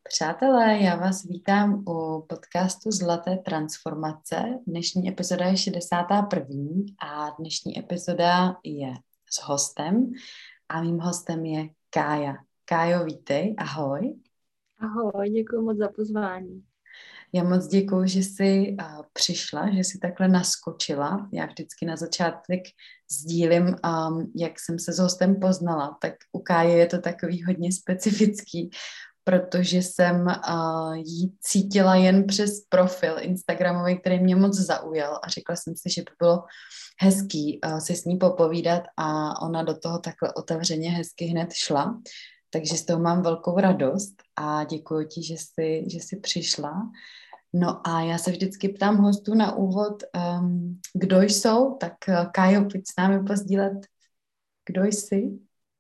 Přátelé, já vás vítám u podcastu Zlaté transformace. Dnešní epizoda je 61. a dnešní epizoda je s hostem a mým hostem je Kája. Kájo, vítej, ahoj. Ahoj, děkuji moc za pozvání. Já moc děkuju, že jsi přišla, že jsi takhle naskočila. Já vždycky na začátek sdílím, jak jsem se s hostem poznala, tak u Káje je to takový hodně specifický, protože jsem ji cítila jen přes profil Instagramový, který mě moc zaujal a řekla jsem si, že by bylo hezký si s ní popovídat a ona do toho takhle otevřeně hezky hned šla. Takže z toho mám velkou radost a děkuji ti, že jsi přišla. No a já se vždycky ptám hostů na úvod, kdo jsou, tak Kájo, pojď s námi pozdílet, kdo jsi?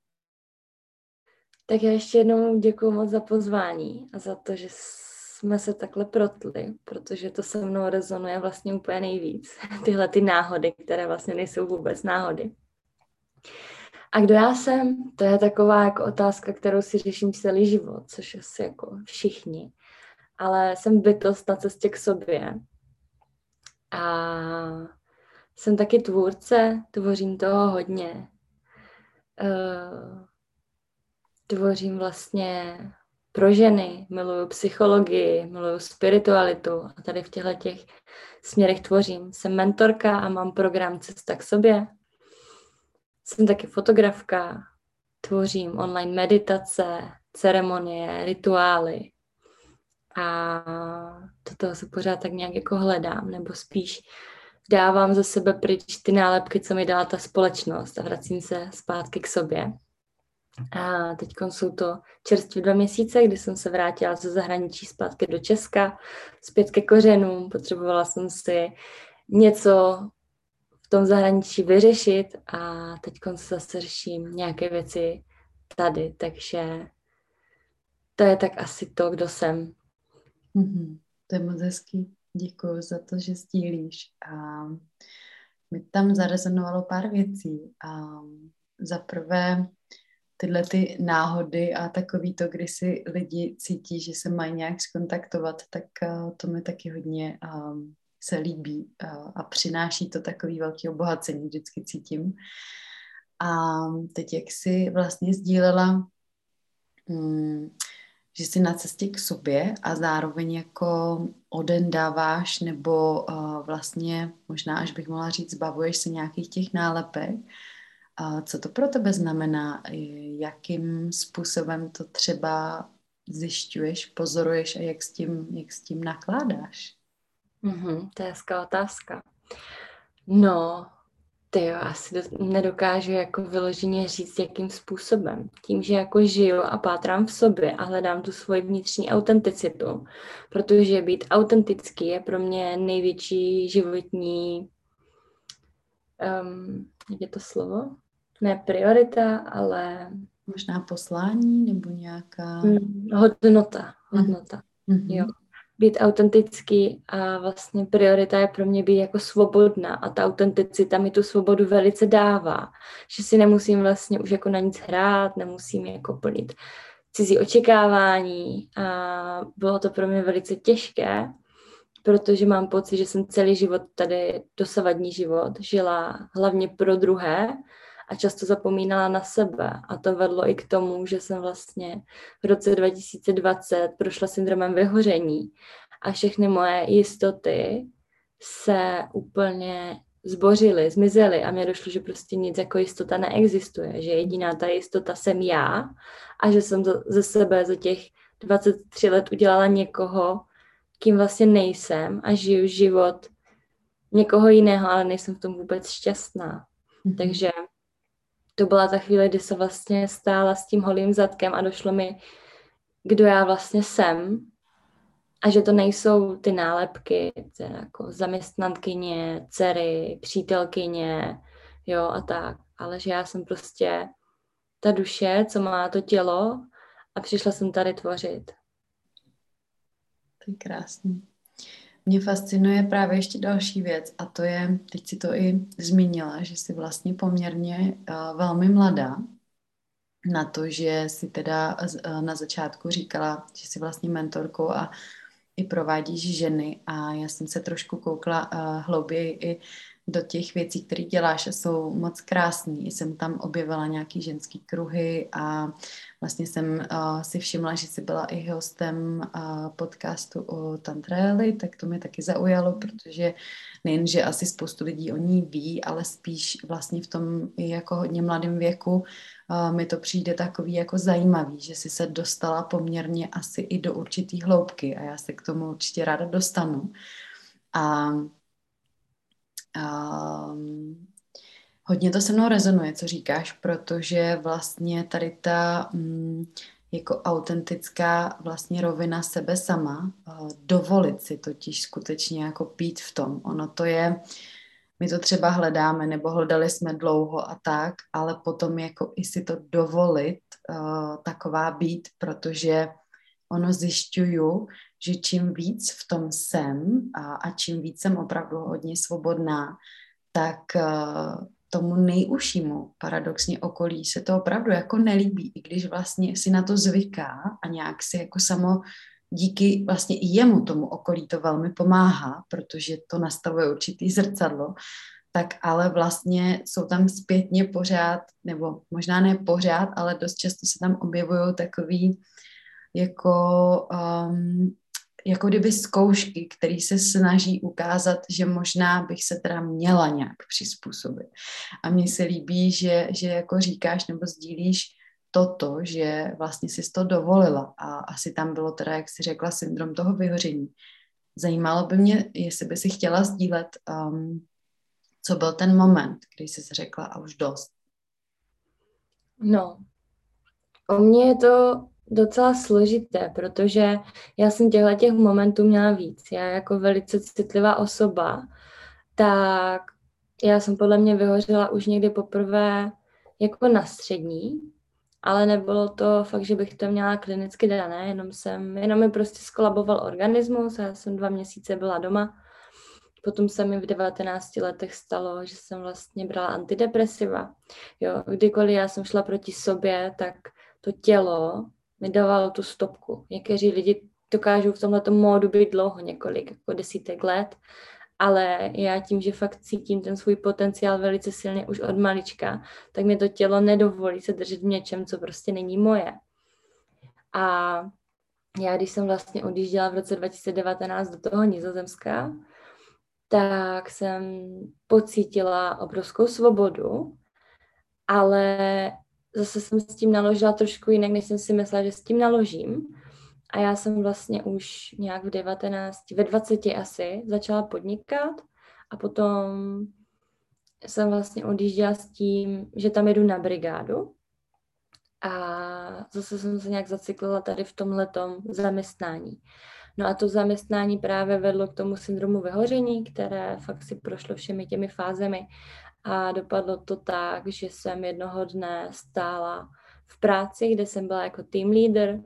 Tak já ještě jednou děkuji moc za pozvání a za to, že jsme se takhle protli, protože to se mnou rezonuje vlastně úplně nejvíc. Tyhle ty náhody, které vlastně nejsou vůbec náhody. A kdo já jsem? To je taková jako otázka, kterou si řeším celý život, což asi jako všichni. Ale jsem bytost na cestě k sobě. A jsem taky tvůrce, tvořím toho hodně. Tvořím vlastně pro ženy, miluju psychologii, miluju spiritualitu a tady v těchto směrech tvořím. Jsem mentorka a mám program Cesta k sobě. Jsem taky fotografka, tvořím online meditace, ceremonie, rituály a do toho se pořád tak nějak jako hledám, nebo spíš dávám ze sebe pryč ty nálepky, co mi dala ta společnost a vracím se zpátky k sobě. A teď jsou to čerstvě 2 měsíce, kdy jsem se vrátila ze zahraničí zpátky do Česka, zpět ke kořenům. Potřebovala jsem si něco v tom zahraničí vyřešit a teď zase řeším nějaké věci tady, takže to je tak asi to, kdo jsem. To je moc hezký. Děkuji za to, že sdílíš. A mi tam zarezonovalo pár věcí. A za prvé tyhle ty náhody a takový to, kdy si lidi cítí, že se mají nějak skontaktovat, tak to mi taky hodně se líbí a přináší to takový velký obohacení, vždycky cítím. A teď, jak jsi vlastně sdílela, že jsi na cestě k sobě a zároveň jako odendáváš nebo vlastně možná, až bych mohla říct, zbavuješ se nějakých těch nálepek. Co to pro tebe znamená? Jakým způsobem to třeba zjišťuješ, pozoruješ a jak s tím nakládáš? To je hezká otázka. No, já asi nedokážu jako vyloženě říct, jakým způsobem. Tím, že jako žiju a pátrám v sobě a hledám tu svoji vnitřní autenticitu, protože být autentický je pro mě největší životní, jak je to slovo? Ne priorita, ale... Možná poslání nebo nějaká... Hodnota. Mm-hmm. Jo. Být autentický a vlastně priorita je pro mě být jako svobodná a ta autenticita mi tu svobodu velice dává, že si nemusím vlastně už jako na nic hrát, nemusím jako plnit cizí očekávání a bylo to pro mě velice těžké, protože mám pocit, že jsem celý život tady, dosavadní život, žila hlavně pro druhé a často zapomínala na sebe. A to vedlo i k tomu, že jsem vlastně v roce 2020 prošla syndromem vyhoření a všechny moje jistoty se úplně zbořily, zmizely a mně došlo, že prostě nic jako jistota neexistuje, že jediná ta jistota jsem já a že jsem to ze sebe za těch 23 let udělala někoho, kým vlastně nejsem a žiju život někoho jiného, ale nejsem v tom vůbec šťastná. Takže to byla ta chvíle, kdy se vlastně stála s tím holým zadkem a došlo mi, kdo já vlastně jsem a že to nejsou ty nálepky, jako zaměstnankyně, dcery, přítelkyně, jo a tak, ale že já jsem prostě ta duše, co má to tělo a přišla jsem tady tvořit. To je krásný. Mě fascinuje právě ještě další věc a to je, teď si to i zmínila, že jsi vlastně poměrně velmi mladá na to, že si teda na začátku říkala, že jsi vlastně mentorkou a i provádíš ženy a já jsem se trošku koukla hlouběji i do těch věcí, které děláš a jsou moc krásný. Jsem tam objevila nějaký ženský kruhy a vlastně jsem si všimla, že jsi byla i hostem podcastu o Tantraeli, tak to mě taky zaujalo, protože nejenže asi spoustu lidí o ní ví, ale spíš vlastně v tom i jako hodně mladém věku mi to přijde takový jako zajímavý, že jsi se dostala poměrně asi i do určitý hloubky a já se k tomu určitě ráda dostanu. A hodně to se mnou rezonuje, co říkáš, protože vlastně tady ta jako autentická vlastně rovina sebe sama, dovolit si totiž skutečně jako pít v tom. Ono to je, my to třeba hledáme, nebo hledali jsme dlouho a tak, ale potom jako i si to dovolit taková být, protože ono zjišťuju, že čím víc v tom jsem a čím víc jsem opravdu hodně svobodná, tak tomu nejužšímu paradoxně okolí se to opravdu jako nelíbí, i když vlastně si na to zvyká a nějak si jako samo díky vlastně i jemu tomu okolí to velmi pomáhá, protože to nastavuje určitý zrcadlo, tak ale vlastně jsou tam zpětně pořád, nebo možná ne pořád, ale dost často se tam objevují takový jako jako kdyby zkoušky, které se snaží ukázat, že možná bych se teda měla nějak přizpůsobit. A mně se líbí, že jako říkáš nebo sdílíš toto, že vlastně jsi to dovolila a asi tam bylo teda, jak jsi řekla, syndrom toho vyhoření. Zajímalo by mě, jestli by si chtěla sdílet, co byl ten moment, kdy jsi řekla a už dost. No, o mně je to docela složité, protože já jsem těch momentů měla víc. Já jako velice citlivá osoba, tak já jsem podle mě vyhořela už někdy poprvé jako na střední, ale nebylo to fakt, že bych to měla klinicky dané, jenom mi prostě skolaboval organismus a já jsem 2 měsíce byla doma. Potom se mi v 19 letech stalo, že jsem vlastně brala antidepresiva. Jo, kdykoliv já jsem šla proti sobě, tak to tělo mi dávalo tu stopku. Někteří lidi dokážou v tomhleto módu být dlouho, několik, jako desítek let, ale já tím, že fakt cítím ten svůj potenciál velice silně už od malička, tak mi to tělo nedovolí se držet v něčem, co prostě není moje. A já, když jsem vlastně odjížděla v roce 2019 do toho Nizozemska, tak jsem pocítila obrovskou svobodu, ale zase jsem s tím naložila trošku jinak, než jsem si myslela, že s tím naložím. A já jsem vlastně už nějak ve 20 asi začala podnikat a potom jsem vlastně odjížděla s tím, že tam jedu na brigádu a zase jsem se nějak zacyklila tady v tomhletom zaměstnání. No a to zaměstnání právě vedlo k tomu syndromu vyhoření, které fakt si prošlo všemi těmi fázemi a dopadlo to tak, že jsem jednoho dne stála v práci, kde jsem byla jako team leader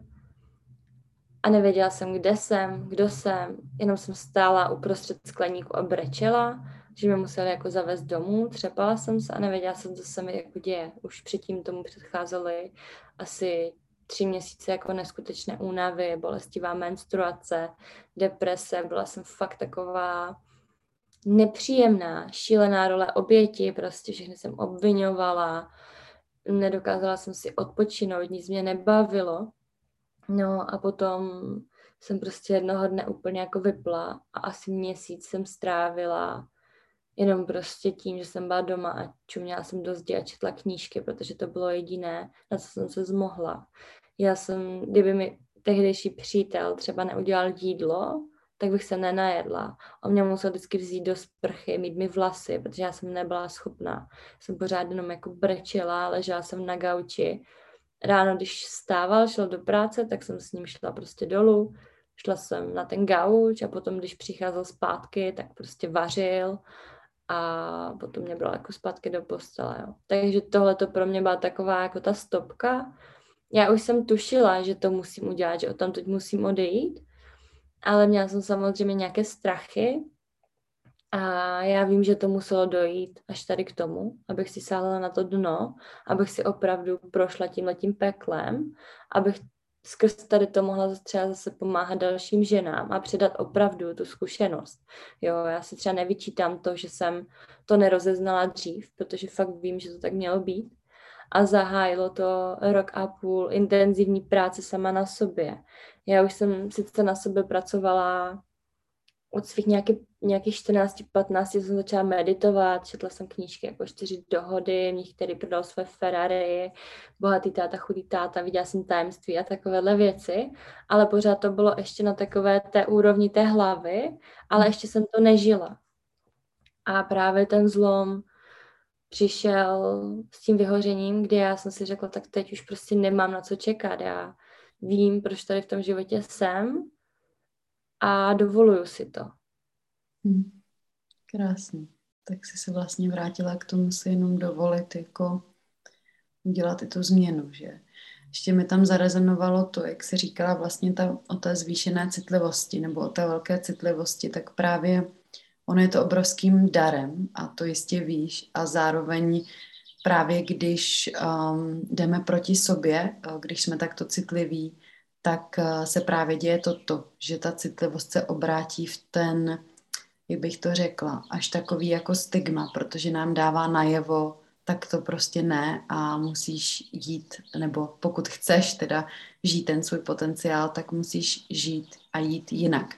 a nevěděla jsem, kde jsem, kdo jsem, jenom jsem stála uprostřed skleníku a brečela, že mě museli jako zavést domů, třepala jsem se a nevěděla jsem, co se mi jako děje. Už předtím tomu předcházely asi 3 měsíce jako neskutečné únavy, bolestivá menstruace, deprese, byla jsem fakt taková nepříjemná, šílená role oběti, prostě všechny jsem obvinovala, nedokázala jsem si odpočinout, nic mě nebavilo. No a potom jsem prostě jednoho dne úplně jako vypla a asi měsíc jsem strávila jenom prostě tím, že jsem byla doma a čuměla jsem do zdi a četla knížky, protože to bylo jediné, na co jsem se zmohla. Kdyby mi tehdejší přítel třeba neudělal jídlo, tak bych se nenajedla. On mě musel vždycky vzít do sprchy, mít mi vlasy, protože já jsem nebyla schopná. Jsem pořád jenom jako brečela, ležela jsem na gauči. Ráno, když vstával, šel do práce, tak jsem s ním šla prostě dolů. Šla jsem na ten gauč a potom, když přicházel zpátky, tak prostě vařil a potom mě bral jako zpátky do postele. Jo. Takže tohle to pro mě byla taková jako ta stopka. Já už jsem tušila, že to musím udělat, že odtamtud musím odejít, ale měla jsem samozřejmě nějaké strachy A já vím, že to muselo dojít až tady k tomu, abych si sáhla na to dno, abych si opravdu prošla tímhletím peklem, abych skrz tady to mohla třeba zase pomáhat dalším ženám a předat opravdu tu zkušenost. Jo, já si třeba nevyčítám to, že jsem to nerozeznala dřív, protože fakt vím, že to tak mělo být. A zahájilo to 1,5 roku intenzivní práce sama na sobě. Já už jsem sice na sobě pracovala od svých nějakých 14-15 jsem začala meditovat, četla jsem knížky jako 4 dohody, mnich, který prodal své Ferrari, bohatý táta, chudý táta, viděla jsem tajemství a takovéhle věci, ale pořád to bylo ještě na takové té úrovni té hlavy, ale ještě jsem to nežila. A právě ten zlom přišel s tím vyhořením, kdy já jsem si řekla, tak teď už prostě nemám na co čekat, já vím, proč tady v tom životě jsem a dovoluju si to. Krásný. Tak jsi se vlastně vrátila k tomu si jenom dovolit jako udělat i tu změnu, že? Ještě mi tam zarezonovalo to, jak jsi říkala vlastně o té zvýšené citlivosti nebo o té velké citlivosti, tak právě ono je to obrovským darem a to jistě víš a zároveň právě když jdeme proti sobě, když jsme takto citliví, tak se právě děje toto, že ta citlivost se obrátí v ten, jak bych to řekla, až takový jako stigma, protože nám dává najevo, tak to prostě ne a musíš jít, nebo pokud chceš teda žít ten svůj potenciál, tak musíš žít a jít jinak.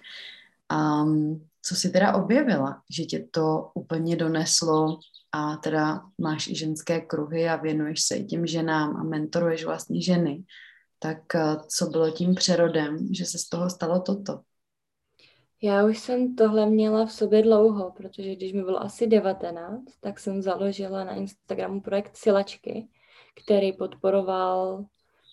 Co jsi teda objevila, že tě to úplně doneslo a teda máš i ženské kruhy a věnuješ se i těm ženám a mentoruješ vlastně ženy, tak co bylo tím přerodem, že se z toho stalo toto? Já už jsem tohle měla v sobě dlouho, protože když mi bylo asi 19, tak jsem založila na Instagramu projekt Silačky, který podporoval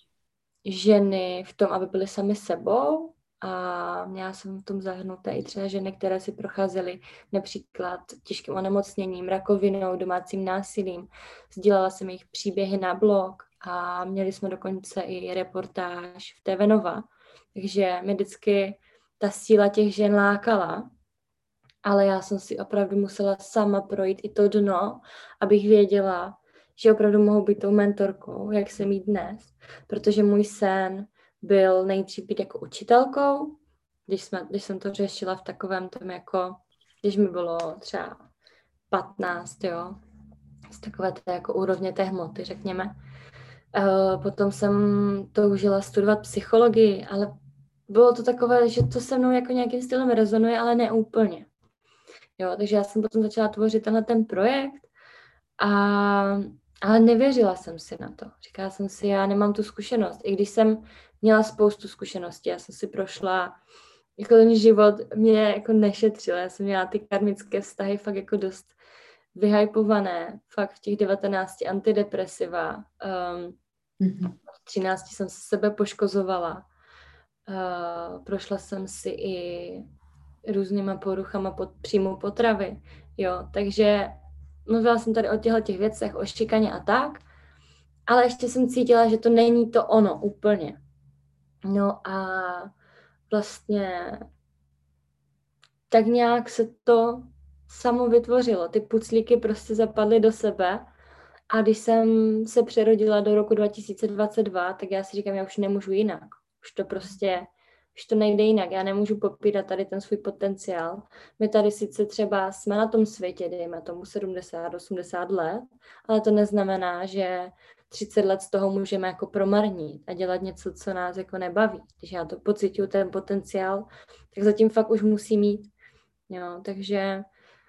ženy v tom, aby byly sami sebou a měla jsem v tom zahrnuté i třeba ženy, které si procházely například těžkým onemocněním, rakovinou, domácím násilím. Sdílela jsem jejich příběhy na blog a měli jsme dokonce i reportáž v TV Nova, takže mi vždycky ta síla těch žen lákala, ale já jsem si opravdu musela sama projít i to dno, abych věděla, že opravdu mohu být tou mentorkou, jak jsem jí dnes, protože můj sen byl nejdřív být jako učitelkou, když jsem to řešila v takovém tom jako, když mi bylo třeba 15, jo, z takové té jako úrovně té hmoty, řekněme. Potom jsem toužila studovat psychologii, ale bylo to takové, že to se mnou jako nějakým stylem rezonuje, ale ne úplně. Jo, takže já jsem potom začala tvořit ten projekt, ale nevěřila jsem si na to. Říkala jsem si, já nemám tu zkušenost. I když jsem měla spoustu zkušeností, já jsem si prošla, jako ten život mě jako nešetřil. Já jsem měla ty karmické vztahy fakt jako dost vyhypované. Fakt v těch 19 antidepresiva. V 13 jsem se sebe poškozovala. Prošla jsem si i různýma poruchama příjmu potravy, jo, takže mluvila jsem tady o těchto věcech, o šikaně a tak, ale ještě jsem cítila, že to není to ono úplně. No a vlastně tak nějak se to samo vytvořilo, ty puclíky prostě zapadly do sebe a když jsem se přerodila do roku 2022, tak já si říkám, já už nemůžu jinak, už to nejde jinak, já nemůžu popírat tady ten svůj potenciál. My tady sice třeba jsme na tom světě, dejme tomu 70-80 let, ale to neznamená, že 30 let z toho můžeme jako promarnit a dělat něco, co nás jako nebaví. Když já to pocituju, ten potenciál, tak zatím fakt už musím mít. Jo, takže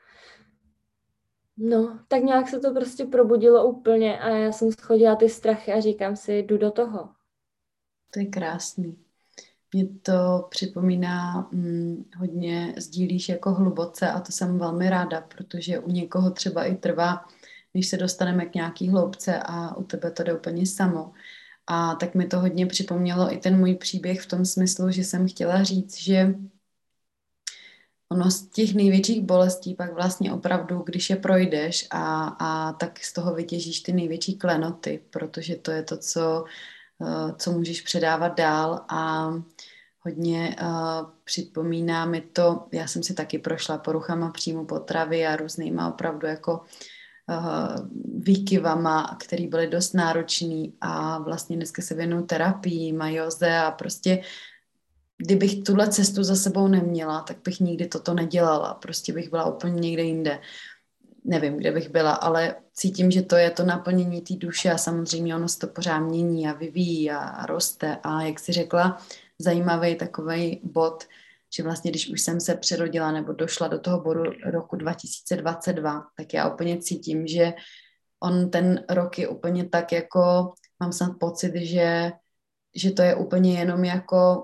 no, tak nějak se to prostě probudilo úplně a já jsem schodila ty strachy a říkám si, jdu do toho. To je krásný. Mě to připomíná, hodně sdílíš jako hluboce a to jsem velmi ráda, protože u někoho třeba i trvá, než se dostaneme k nějaký hloubce a u tebe to jde úplně samo. A tak mi to hodně připomnělo i ten můj příběh v tom smyslu, že jsem chtěla říct, že ono z těch největších bolestí pak vlastně opravdu, když je projdeš a tak z toho vytěžíš ty největší klenoty, protože to je to, co můžeš předávat dál a hodně připomíná mi to, já jsem si taky prošla poruchama příjmu potravy a různýma opravdu jako výkyvama, který byly dost náročný a vlastně dneska se věnuju terapii, józe a prostě kdybych tuhle cestu za sebou neměla, tak bych nikdy toto nedělala. Prostě bych byla úplně někde jinde. Nevím, kde bych byla, ale cítím, že to je to naplnění té duše a samozřejmě ono se to pořád mění a vyvíjí a roste. A jak jsi řekla, zajímavý takový bod, že vlastně, když už jsem se přerodila nebo došla do toho bodu roku 2022, tak já úplně cítím, že on ten rok je úplně tak jako, mám snad pocit, že to je úplně jenom jako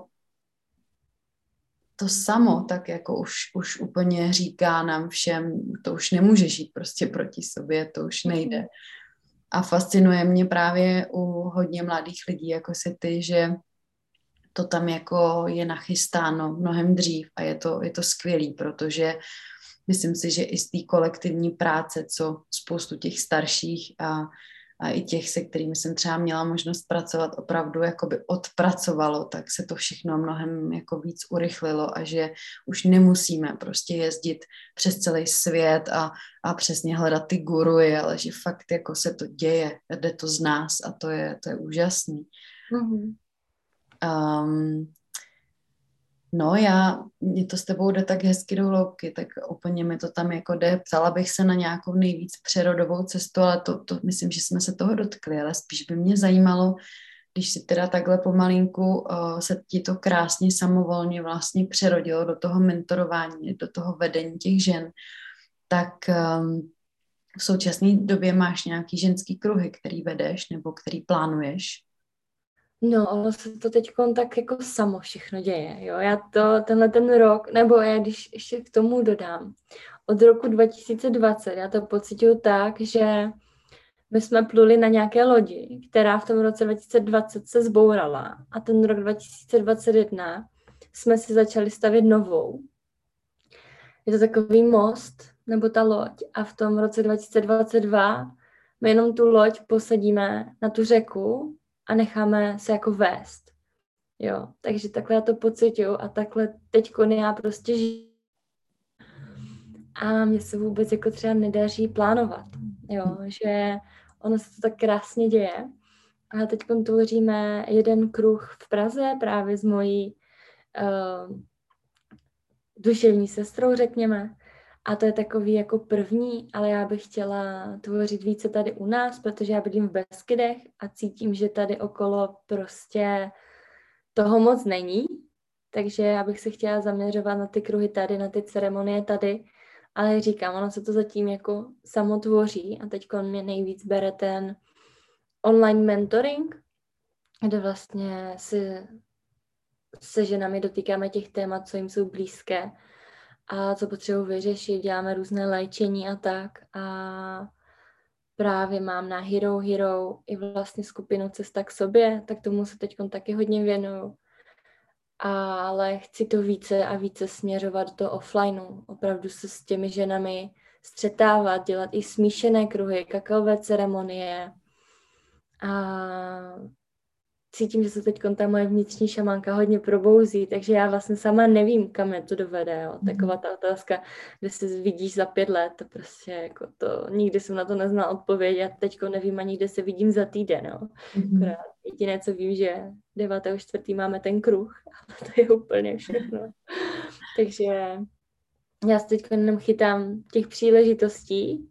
to samo, tak jako už úplně říká nám všem, to už nemůže žít prostě proti sobě, to už nejde. A fascinuje mě právě u hodně mladých lidí, jako si ty, že to tam jako je nachystáno mnohem dřív a je to skvělý, protože myslím si, že i z té kolektivní práce, co spoustu těch starších a i těch, se kterými jsem třeba měla možnost pracovat, opravdu jakoby odpracovalo, tak se to všechno mnohem jako víc urychlilo a že už nemusíme prostě jezdit přes celý svět a přesně hledat ty guruji, ale že fakt jako se to děje, jde to z nás a to je úžasný. Mm-hmm. No, mě to s tebou jde tak hezky do hloubky, tak úplně mi to tam jako jde. Ptala bych se na nějakou nejvíc přerodovou cestu, ale to myslím, že jsme se toho dotkli, ale spíš by mě zajímalo, když si teda takhle pomalinku se ti to krásně samovolně vlastně přerodilo do toho mentorování, do toho vedení těch žen, tak v současné době máš nějaký ženský kruhy, který vedeš nebo který plánuješ? No, ono se to teď tak jako samo všechno děje, jo. Já tenhle ten rok, nebo já když ještě k tomu dodám, od roku 2020, já to pocituju tak, že my jsme pluli na nějaké lodi, která v tom roce 2020 se zbourala a ten rok 2021 jsme si začali stavět novou. Je to takový most, nebo ta loď a v tom roce 2022 my jenom tu loď posadíme na tu řeku a necháme se jako vést. Jo, takže takhle já to pocituju a takhle teďko já prostě žiju. A mně se vůbec jako třeba nedaří plánovat, jo, že ono se to tak krásně děje. A teď tvoříme jeden kruh v Praze právě s mojí duševní sestrou, řekněme. A to je takový jako první, ale já bych chtěla tvořit více tady u nás, protože já bydlím v Beskydech a cítím, že tady okolo prostě toho moc není. Takže já bych se chtěla zaměřovat na ty kruhy tady, na ty ceremonie tady, ale říkám, ono se to zatím jako samo tvoří a teď mě nejvíc bere ten online mentoring, kde vlastně se ženami dotýkáme těch témat, co jim jsou blízké a co potřebuji vyřešit, děláme různé léčení a tak. A právě mám na Hero i vlastně skupinu Cesta k sobě, tak tomu se teď taky hodně věnuju. Ale chci to více a více směřovat do offlineu. Opravdu se s těmi ženami střetávat, dělat i smíšené kruhy, kakaové ceremonie. A cítím, že se teď ta moje vnitřní šamanka hodně probouzí, takže já vlastně sama nevím, kam mě to dovede. Jo. Taková ta otázka, kde se vidíš za 5 let, to prostě jako to, nikdy jsem na to neznala odpověď, já teďko nevím ani, kde se vidím za týden. Jo. Akorát jediné, co vím, že 9.4. máme ten kruh, ale to je úplně všechno. Takže já se teď jenom chytám těch příležitostí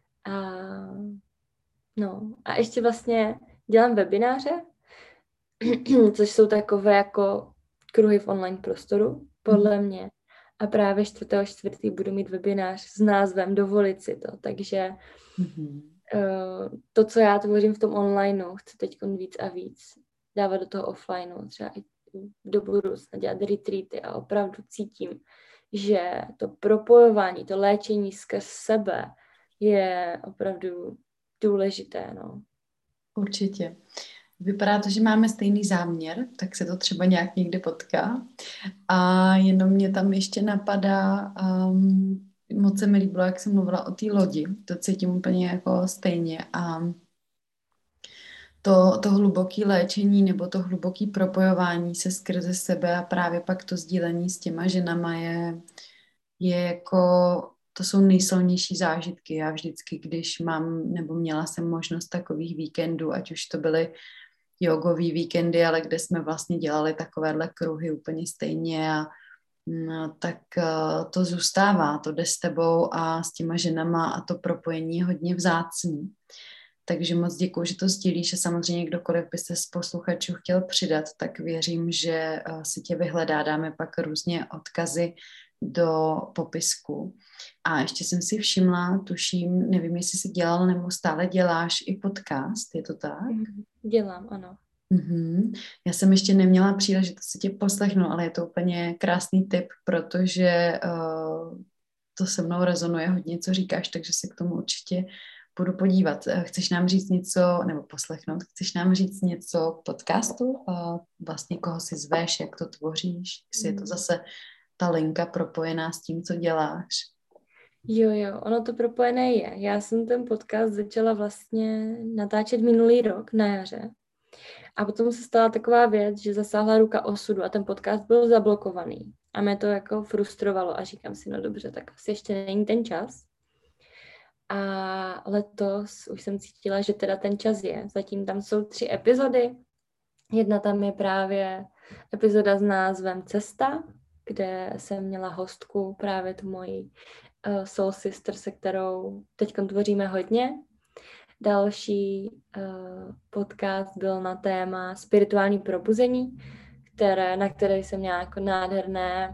a ještě vlastně dělám webináře, což jsou takové jako kruhy v online prostoru, podle mě. A právě 4.4. budu mít webinář s názvem Dovolit si to. Takže to, co já tvořím v tom onlineu, chci teď víc a víc dávat do toho offlineu, třeba i do budoucna dělat retreaty a opravdu cítím, že to propojování, to léčení skrz sebe je opravdu důležité. No. Určitě. Vypadá to, že máme stejný záměr, tak se to třeba nějak někdy potká. A jenom mě tam ještě napadá, moc se mi líbilo, jak jsem mluvila o té lodi. To cítím úplně jako stejně. A to hluboké léčení nebo to hluboké propojování se skrze sebe a právě pak to sdílení s těma ženama je jako, to jsou nejsilnější zážitky. Já vždycky, když mám nebo měla jsem možnost takových víkendů, ať už to byly jogový víkendy, ale kde jsme vlastně dělali takovéhle kruhy úplně stejně tak to zůstává, to jde s tebou a s těma ženama a to propojení je hodně vzácný. Takže moc děkuji, že to sdílíš a samozřejmě kdokoliv by se z posluchačů chtěl přidat, tak věřím, že si tě vyhledá, dáme pak různě odkazy do popisku. A ještě jsem si všimla, tuším, nevím, jestli jsi dělal nebo stále děláš i podcast, je to tak? Dělám, ano. Mm-hmm. Já jsem ještě neměla příležitost si tě poslechnout, ale je to úplně krásný tip, protože to se mnou rezonuje hodně, co říkáš, takže se k tomu určitě budu podívat. Chceš nám říct něco, nebo poslechnout, chceš nám říct něco k podcastu? Vlastně koho si zveš, jak to tvoříš? Jestli je to zase ta linka propojená s tím, co děláš? Jo, ono to propojené je. Já jsem ten podcast začala vlastně natáčet minulý rok na jaře. A potom se stala taková věc, že zasáhla ruka osudu a ten podcast byl zablokovaný. A mě to jako frustrovalo a říkám si, no dobře, tak asi ještě není ten čas. A letos už jsem cítila, že teda ten čas je. Zatím tam jsou 3 epizody. Jedna tam je právě epizoda s názvem Cesta, kde jsem měla hostku, právě tu moji soul sister, se kterou teď tvoříme hodně. Další podcast byl na téma spirituální probuzení, na které jsem měla jako nádherné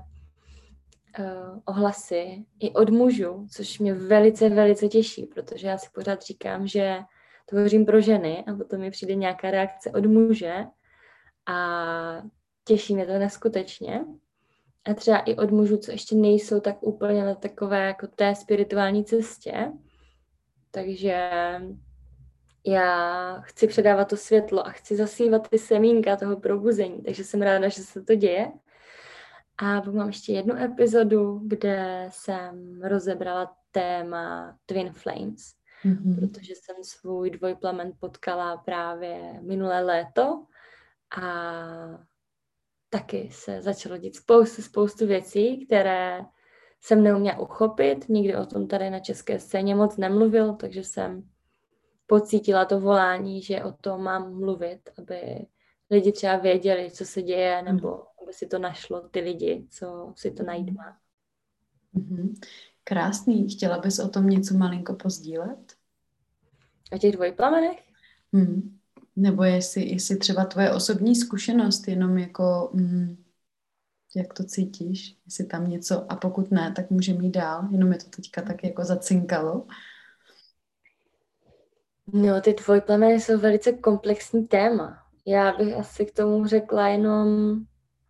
ohlasy i od mužů, což mě velice, velice těší, protože já si pořád říkám, že tvořím pro ženy a potom mi přijde nějaká reakce od muže a těší mě to neskutečně. A třeba i od mužů, co ještě nejsou tak úplně na takové jako té spirituální cestě. Takže já chci předávat to světlo a chci zasívat ty semínka toho probuzení, takže jsem ráda, že se to děje. A pak mám ještě jednu epizodu, kde jsem rozebrala téma Twin Flames, protože jsem svůj dvojplamen potkala právě minulé léto a taky se začalo dít spoustu věcí, které jsem neuměla uchopit. Nikdy o tom tady na české scéně moc nemluvil, takže jsem pocítila to volání, že o tom mám mluvit, aby lidi třeba věděli, co se děje, nebo aby si to našlo ty lidi, co si to najít má. Krásný. Chtěla bys o tom něco malinko pozdílet? O těch dvojplamenech? Nebo jestli třeba tvoje osobní zkušenost, jenom jako jak to cítíš, jestli tam něco, a pokud ne, tak můžeme jít dál, jenom je to teďka tak jako zacinkalo. No, ty dvojplemeny jsou velice komplexní téma. Já bych asi k tomu řekla jenom...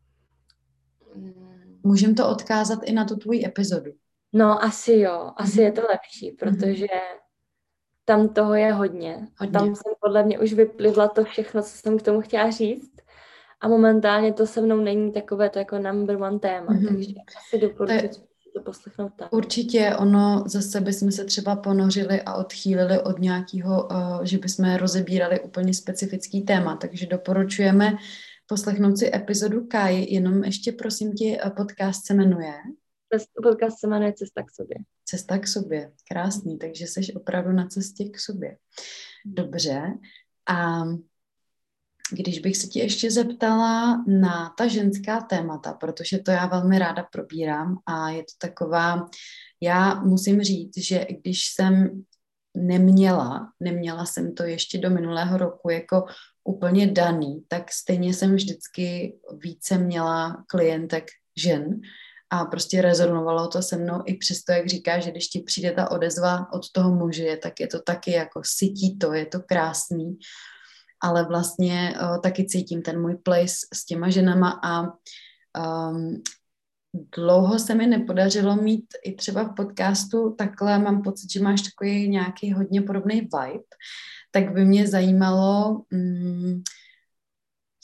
Můžeme to odkázat i na tu tvůj epizodu. No, asi jo. Asi je to lepší, protože tam toho je hodně. Tam jsem podle mě už vyplivla to všechno, co jsem k tomu chtěla říct. A momentálně to se mnou není takové to jako number one téma. Takže asi doporučuji to poslechnout tak. Určitě ono, zase bychom se třeba ponořili a odchýlili od nějakého, že bychom rozebírali úplně specifický téma. Takže doporučujeme poslechnout si epizodu Kai. Jenom ještě prosím tě, podcast se jmenuje? Podcast se jmenuje Cesta k sobě. Cesta k sobě. Krásný, takže jsi opravdu na cestě k sobě. Dobře. A když bych se ti ještě zeptala na ta ženská témata, protože to já velmi ráda probírám a je to taková, já musím říct, že když jsem neměla jsem to ještě do minulého roku jako úplně daný, tak stejně jsem vždycky více měla klientek žen a prostě rezonovalo to se mnou i přesto, jak říká, že když ti přijde ta odezva od toho muže, tak je to taky jako sytí to, je to krásný, ale vlastně taky cítím ten můj place s těma ženama a dlouho se mi nepodařilo mít i třeba v podcastu takhle, mám pocit, že máš takový nějaký hodně podobný vibe, tak by mě zajímalo,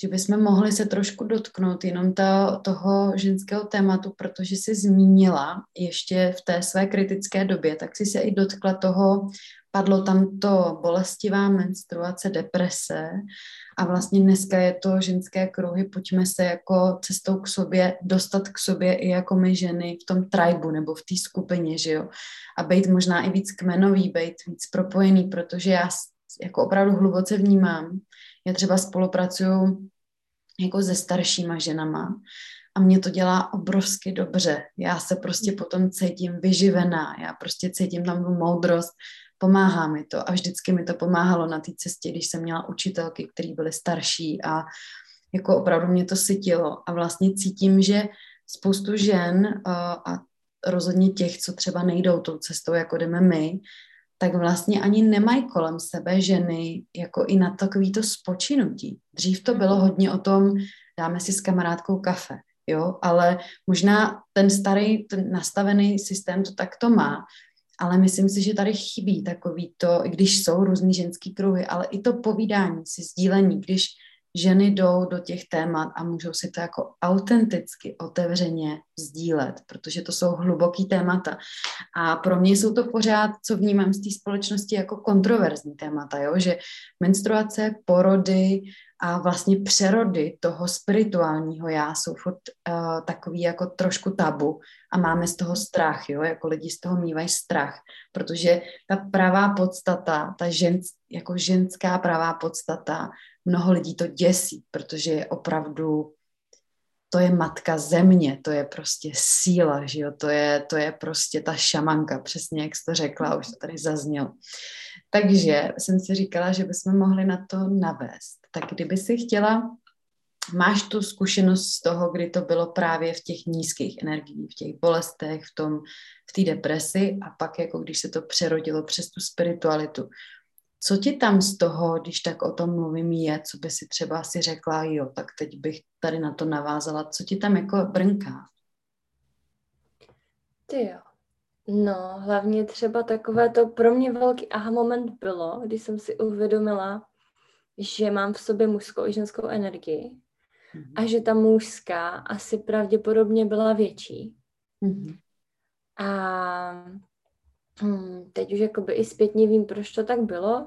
že bychom mohli se trošku dotknout jenom toho ženského tématu, protože jsi zmínila ještě v té své kritické době, tak si se i dotkla toho, padlo tam to bolestivá menstruace, deprese a vlastně dneska je to ženské kruhy, pojďme se jako cestou k sobě, dostat k sobě i jako my ženy v tom tribu nebo v té skupině, že jo, a být možná i víc kmenový, být víc propojený, protože já jako opravdu hluboce vnímám, já třeba spolupracuju jako se staršíma ženama a mě to dělá obrovsky dobře. Já se prostě potom cítím vyživená, já prostě cítím tam tu moudrost, pomáhá mi to a vždycky mi to pomáhalo na té cestě, když jsem měla učitelky, které byly starší a jako opravdu mě to sytilo a vlastně cítím, že spoustu žen a rozhodně těch, co třeba nejdou tou cestou, jako jdeme my, tak vlastně ani nemají kolem sebe ženy jako i na takovýto spočinutí. Dřív to bylo hodně o tom, dáme si s kamarádkou kafe, jo, ale možná ten starý, ten nastavený systém to takto má, ale myslím si, že tady chybí takový to, i když jsou různý ženský kruhy, ale i to povídání si, sdílení, když ženy jdou do těch témat a můžou si to jako autenticky, otevřeně sdílet, protože to jsou hluboký témata. A pro mě jsou to pořád, co vnímám z té společnosti, jako kontroverzní témata, jo? Že menstruace, porody a vlastně přerody toho spirituálního já jsou furt takový jako trošku tabu a máme z toho strach, jo? Jako lidi z toho mývají strach, protože ta pravá podstata, jako ženská pravá podstata, mnoho lidí to děsí, protože je opravdu, to je matka země, to je prostě síla, že jo? To je prostě ta šamanka, přesně jak jsi to řekla, už to tady zaznělo. Takže jsem si říkala, že bychom mohli na to navést. Tak kdyby si chtěla, máš tu zkušenost z toho, kdy to bylo právě v těch nízkých energiích, v těch bolestech, v té depresi a pak jako když se to přerodilo přes tu spiritualitu. Co ti tam z toho, když tak o tom mluvím, je, co by si třeba si řekla, jo, tak teď bych tady na to navázala, co ti tam jako brnká? Ty jo. No, hlavně třeba takové to pro mě velký aha moment bylo, když jsem si uvědomila, že mám v sobě mužskou i ženskou energii a že ta mužská asi pravděpodobně byla větší. A teď už jakoby i zpětně vím, proč to tak bylo,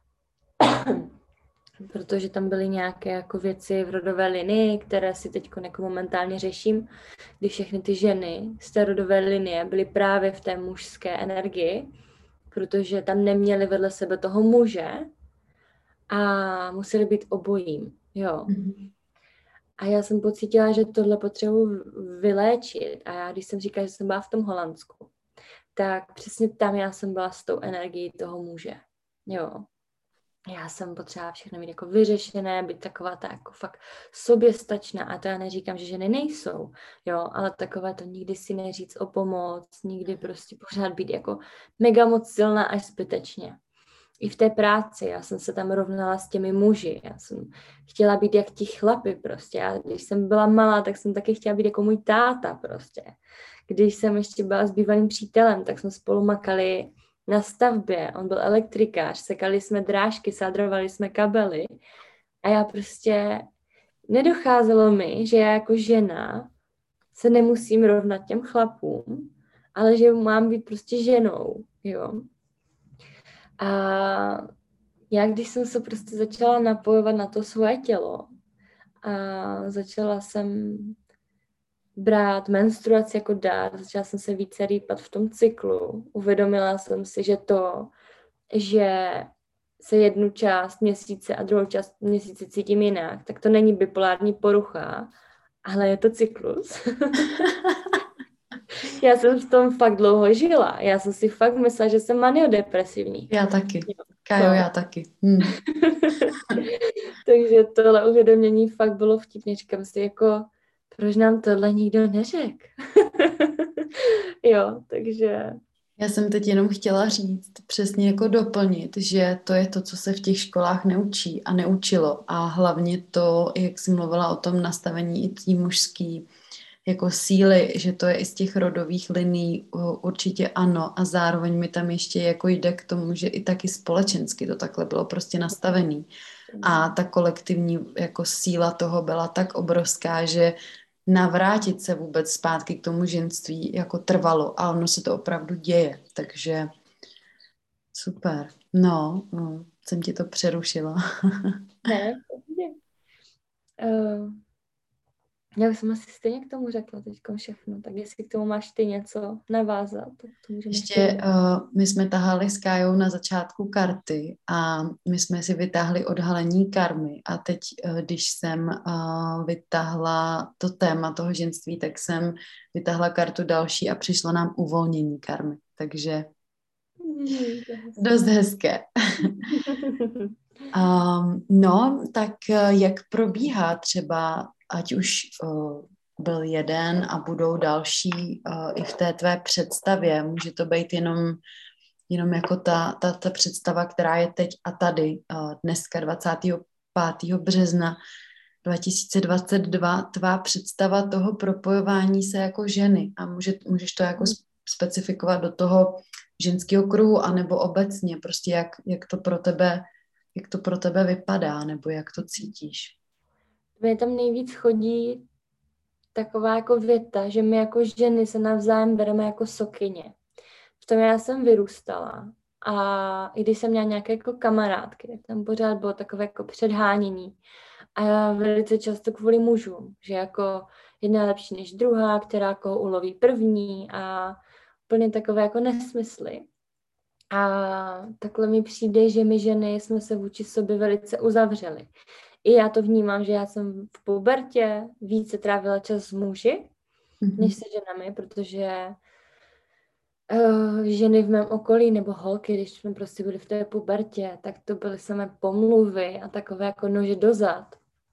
protože tam byly nějaké jako věci v rodové linii, které si teď jako momentálně řeším, kdy všechny ty ženy z té rodové linie byly právě v té mužské energii, protože tam neměly vedle sebe toho muže a museli být obojím, jo. A já jsem pocítila, že tohle potřebuji vyléčit a já, když jsem říkala, že jsem byla v tom Holandsku, tak přesně tam já jsem byla s tou energií toho muže, jo. Já jsem potřebovala všechno mít jako vyřešené, být taková ta jako fakt soběstačná a to já neříkám, že ženy nejsou, jo, ale takové to nikdy si neříct o pomoc, nikdy prostě pořád být jako mega moc silná až zbytečně. I v té práci, já jsem se tam rovnala s těmi muži, já jsem chtěla být jak ti chlapi prostě, já, když jsem byla malá, tak jsem taky chtěla být jako můj táta prostě. Když jsem ještě byla s bývalým přítelem, tak jsme spolu makali na stavbě, on byl elektrikář, sekali jsme drážky, sádrovali jsme kabely a já prostě nedocházelo mi, že já jako žena se nemusím rovnat těm chlapům, ale že mám být prostě ženou, jo. A já když jsem se prostě začala napojovat na to svoje tělo a začala jsem brát menstruaci jako dár, začala jsem se více rýpat v tom cyklu. Uvědomila jsem si, že to, že se jednu část měsíce a druhou část měsíce cítím jinak, tak to není bipolární porucha, ale je to cyklus. Já jsem v tom fakt dlouho žila. Já jsem si fakt myslela, že jsem maniodepresivní. Já taky. Kájo, já taky. Takže tohle uvědomění fakt bylo vtipně. Říkám si jako, proč nám tohle nikdo neřekl? Jo, takže... Já jsem teď jenom chtěla říct, přesně jako doplnit, že to je to, co se v těch školách neučí a neučilo. A hlavně to, jak jsi mluvila o tom nastavení i tý mužský jako síly, že to je i z těch rodových liní, určitě ano. A zároveň mi tam ještě jako jde k tomu, že i taky společensky to takhle bylo prostě nastavený. A ta kolektivní jako síla toho byla tak obrovská, že navrátit se vůbec zpátky k tomu ženství jako trvalo a ono se to opravdu děje, takže super. No, jsem ti to přerušila. Ne, uh, já už jsem asi stejně k tomu řekla teď všechno, tak jestli k tomu máš ty něco navázat, tak to můžeme Ještě my jsme tahali s Kájou na začátku karty a my jsme si vytáhli odhalení karmy a teď, když jsem vytáhla to téma toho ženství, tak jsem vytáhla kartu další a přišlo nám uvolnění karmy, takže dost hezké. No, tak jak probíhá třeba, ať už byl jeden a budou další i v té tvé představě, může to být jenom jako ta představa, která je teď a tady, dneska 25. března 2022, tvá představa toho propojování se jako ženy a můžeš to jako specifikovat do toho ženského kruhu, anebo obecně, prostě jak to pro tebe vypadá, nebo jak to cítíš? Mně tam nejvíc chodí taková jako věta, že my jako ženy se navzájem bereme jako sokyně. V tom já jsem vyrůstala a i když jsem měla nějaké jako kamarádky, tak tam pořád bylo takové jako předhánění. A já velice často kvůli mužům, že jako jedna je lepší než druhá, která koho uloví první a úplně takové jako nesmysly. A takhle mi přijde, že my ženy jsme se vůči sobě velice uzavřeli. I já to vnímám, že já jsem v pubertě více trávila čas s muži, než se ženami, protože ženy v mém okolí nebo holky, když jsme prostě byli v té pubertě, tak to byly samé pomluvy a takové jako nože dozad.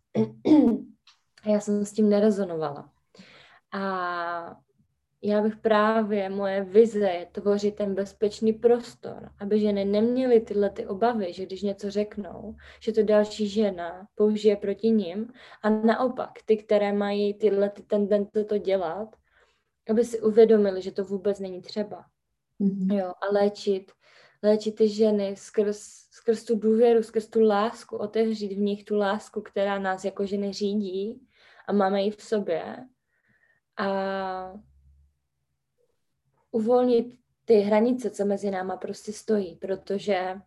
A já jsem s tím nerezonovala. A já bych právě, moje vize je tvořit ten bezpečný prostor, aby ženy neměly tyhle ty obavy, že když něco řeknou, že to další žena použije proti nim a naopak ty, které mají tyhle ty tendence to dělat, aby si uvědomili, že to vůbec není třeba. Jo, a léčit ty ženy skrz tu důvěru, skrz tu lásku, otevřít v nich tu lásku, která nás jako ženy řídí a máme ji v sobě a uvolnit ty hranice, co mezi náma prostě stojí, protože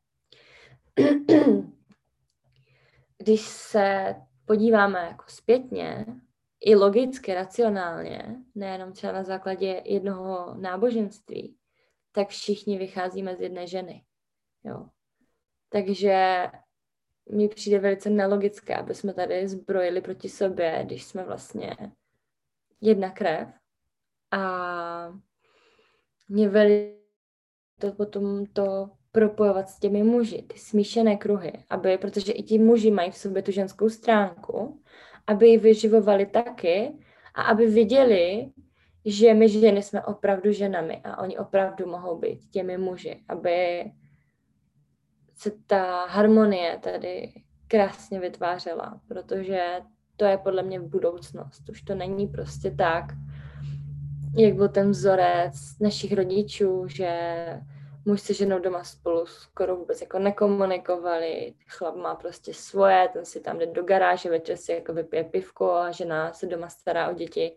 když se podíváme jako zpětně, i logicky, racionálně, nejenom třeba na základě jednoho náboženství, tak všichni vycházíme z jedné ženy. Jo. Takže mi přijde velice nelogické, aby jsme tady zbrojili proti sobě, když jsme vlastně jedna krev. A mě velice to potom to propojovat s těmi muži, ty smíšené kruhy, protože i ti muži mají v sobě tu ženskou stránku, aby ji vyživovali taky a aby viděli, že my ženy jsme opravdu ženami a oni opravdu mohou být těmi muži, aby se ta harmonie tady krásně vytvářela, protože to je podle mě budoucnost. Už to není prostě tak, jak byl ten vzorec našich rodičů, že muž se ženou doma spolu skoro vůbec jako nekomunikovali, chlap má prostě svoje, ten si tam jde do garáže, večer si jako vypije pivko a žena se doma stará o děti.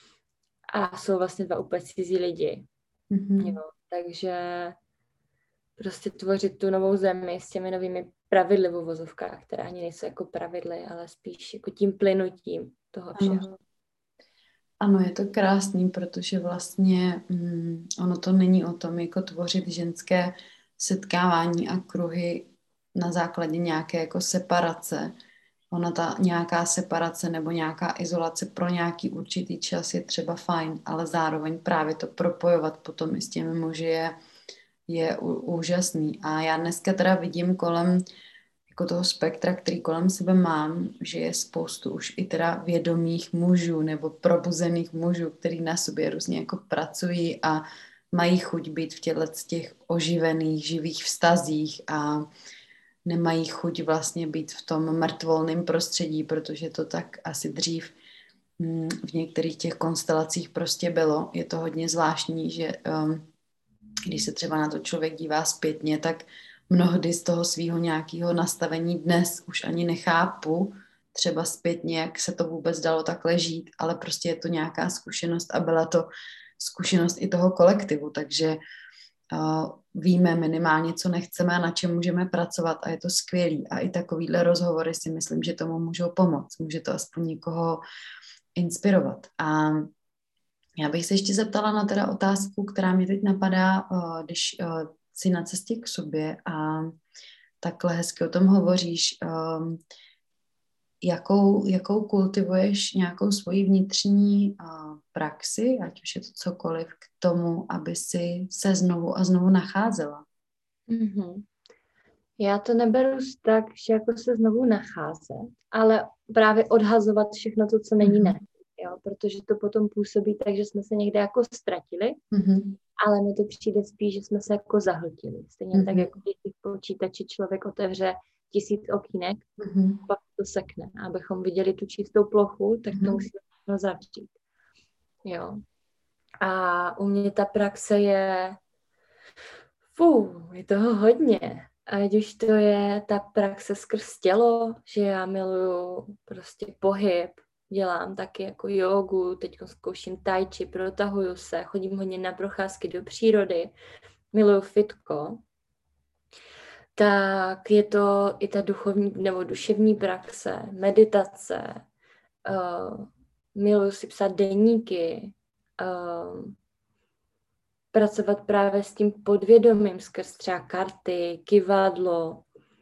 A jsou vlastně dva úplně cizí lidi. Jo, takže prostě tvořit tu novou zemi s těmi novými pravidly v uvozovkách, které ani nejsou jako pravidly, ale spíš jako tím plynutím toho všeho. Ano, je to krásný, protože vlastně ono to není o tom, jako tvořit ženské setkávání a kruhy na základě nějaké jako separace. Ona ta nějaká separace nebo nějaká izolace pro nějaký určitý čas je třeba fajn, ale zároveň právě to propojovat potom i s těmi muži je úžasný. A já dneska teda vidím kolem jako toho spektra, který kolem sebe mám, že je spoustu už i teda vědomých mužů nebo probuzených mužů, který na sobě různě jako pracují a mají chuť být v těch oživených, živých vztazích a nemají chuť vlastně být v tom mrtvolném prostředí, protože to tak asi dřív v některých těch konstelacích prostě bylo. Je to hodně zvláštní, že když se třeba na to člověk dívá zpětně, tak mnohdy z toho svého nějakého nastavení dnes už ani nechápu, třeba zpětně, jak se to vůbec dalo takhle žít, ale prostě je to nějaká zkušenost a byla to zkušenost i toho kolektivu, takže víme minimálně, co nechceme a na čem můžeme pracovat a je to skvělý. A i takovýhle rozhovory si myslím, že tomu můžou pomoct. Může to aspoň někoho inspirovat. A já bych se ještě zeptala na teda otázku, která mě teď napadá, když jsi na cestě k sobě a takhle hezky o tom hovoříš, jakou kultivuješ nějakou svoji vnitřní praxi, ať už je to cokoliv, k tomu, aby si se znovu a znovu nacházela. Mm-hmm. Já to neberu tak, že jako se znovu nacházet, ale právě odhazovat všechno to, co není ne. Jo? Protože to potom působí tak, že jsme se někde jako ztratili, ale mi to přijde spíš, že jsme se jako zahltili. Stejně tak, jako když v počítači člověk otevře 1000 okýnek, pak to sekne. Abychom viděli tu čistou plochu, tak to musíme zavřít. Jo. A u mě ta praxe je toho hodně. Ať už to je ta praxe skrz tělo, že já miluju prostě pohyb, dělám taky jako jogu, teď zkouším tai chi, protahuju se, chodím hodně na procházky do přírody, miluju fitko, tak je to i ta duchovní nebo duševní praxe, meditace, miluju si psát deníky, pracovat právě s tím podvědomím skrz třeba karty, kyvadlo,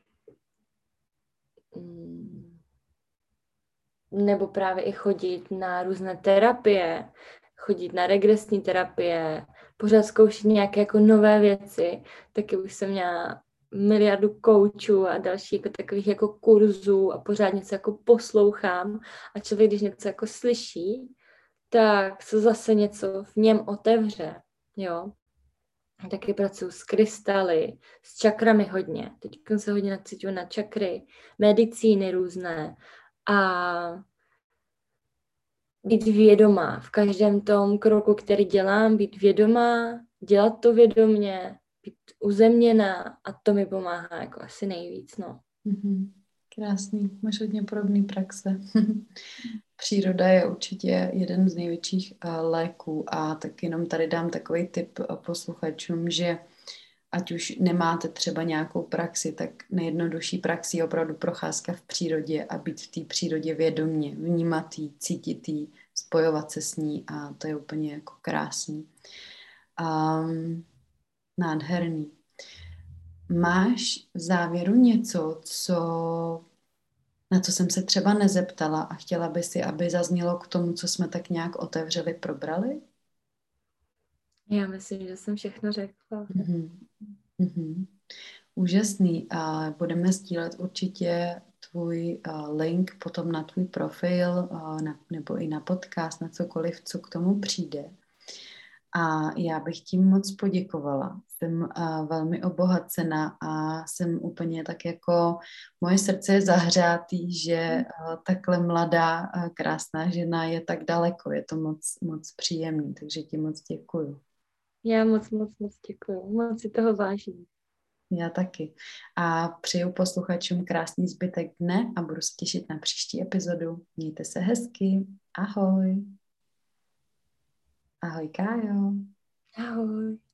nebo právě i chodit na různé terapie, chodit na regresní terapie, pořád zkoušet nějaké jako nové věci. Taky už jsem měla miliardu koučů a další jako takových jako kurzů a pořád něco jako poslouchám a člověk, když něco jako slyší, tak se zase něco v něm otevře, jo. Taky pracuji s krystaly, s čakrami hodně. Teď se hodně nacituju na čakry, medicíny různé a být vědomá v každém tom kroku, který dělám, být vědomá, dělat to vědomě, být uzemněná a to mi pomáhá jako asi nejvíc, no. Krásný, máš hodně podobný praxe. Příroda je určitě jeden z největších léků a tak jenom tady dám takový tip posluchačům, že ať už nemáte třeba nějakou praxi, tak nejjednodušší praxi je opravdu procházka v přírodě a být v té přírodě vědomě, vnímat jí, cítit jí, spojovat se s ní a to je úplně jako krásný. Nádherný. Máš v závěru něco, na co jsem se třeba nezeptala a chtěla by si, aby zaznělo k tomu, co jsme tak nějak otevřeli, probrali? Já myslím, že jsem všechno řekla. Úžasný. A budeme sdílet určitě tvůj link potom na tvůj profil nebo i na podcast, na cokoliv, co k tomu přijde. A já bych tím moc poděkovala. Jsem velmi obohacena a jsem úplně tak jako, moje srdce je zahřátý, že takhle mladá, krásná žena je tak daleko. Je to moc, moc příjemný, takže ti moc děkuju. Já moc děkuju. Moc si toho vážím. Já taky. A přeju posluchačům krásný zbytek dne a budu se těšit na příští epizodu. Mějte se hezky. Ahoj. Ahoj, Kájo. Ahoj.